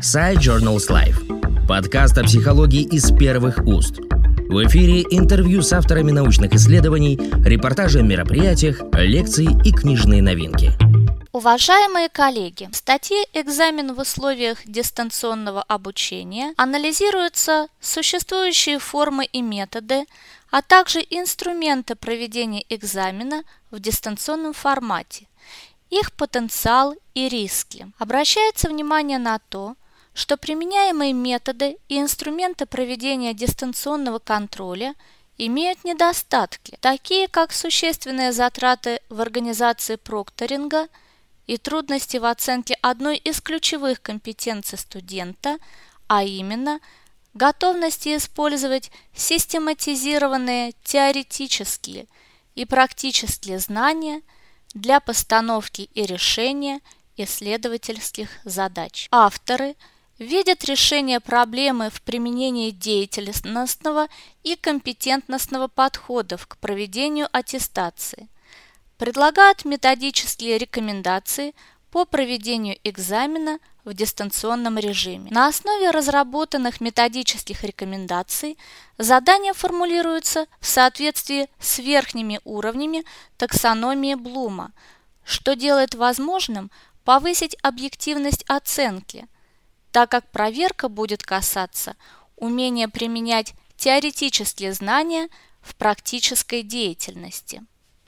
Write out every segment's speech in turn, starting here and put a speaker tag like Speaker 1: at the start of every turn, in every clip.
Speaker 1: Sci Journals Life. Подкаст о психологии из первых уст. В эфире интервью с авторами научных исследований, репортажи о мероприятиях, лекции и книжные новинки.
Speaker 2: Уважаемые коллеги, в статье «Экзамен в условиях дистанционного обучения» анализируются существующие формы и методы, а также инструменты проведения экзамена в дистанционном формате, их потенциал и риски. Обращается внимание на то, что применяемые методы и инструменты проведения дистанционного контроля имеют недостатки, такие как существенные затраты в организации прокторинга и трудности в оценке одной из ключевых компетенций студента, а именно готовности использовать систематизированные теоретические и практические знания для постановки и решения исследовательских задач. Авторы видят решение проблемы в применении деятельностного и компетентностного подходов к проведению аттестации, предлагают методические рекомендации по проведению экзамена в дистанционном режиме. На основе разработанных методических рекомендаций задания формулируются в соответствии с верхними уровнями таксономии Блума, что делает возможным повысить объективность оценки, так как проверка будет касаться умения применять теоретические знания в практической деятельности.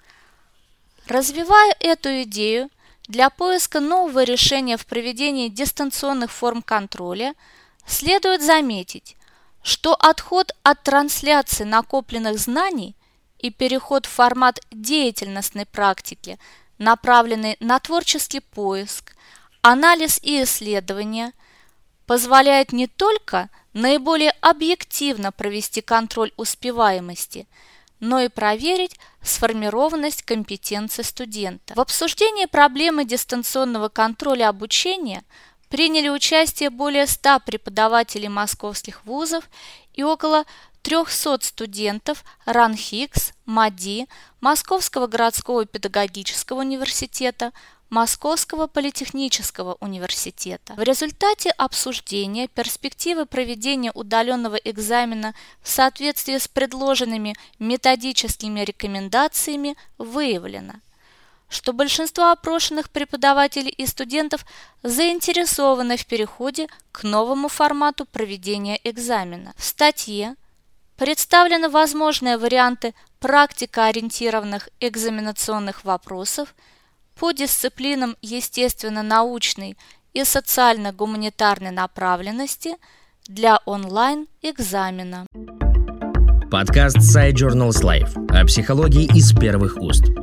Speaker 2: Развивая эту идею, для поиска нового решения в проведении дистанционных форм контроля следует заметить, что отход от трансляции накопленных знаний и переход в формат деятельностной практики, направленный на творческий поиск, анализ и исследование, позволяет не только наиболее объективно провести контроль успеваемости, но и проверить сформированность компетенций студента. В обсуждении проблемы дистанционного контроля обучения приняли участие более 100 преподавателей московских вузов и около 300 студентов РАНХИКС, МАДИ, Московского городского педагогического университета, Московского политехнического университета. В результате обсуждения перспективы проведения удаленного экзамена в соответствии с предложенными методическими рекомендациями выявлено, что большинство опрошенных преподавателей и студентов заинтересованы в переходе к новому формату проведения экзамена. В статье представлены возможные варианты практикоориентированных экзаменационных вопросов по дисциплинам естественно-научной и социально-гуманитарной направленности для онлайн-экзамена.
Speaker 1: Подкаст Sci Journals Life о психологии из первых уст.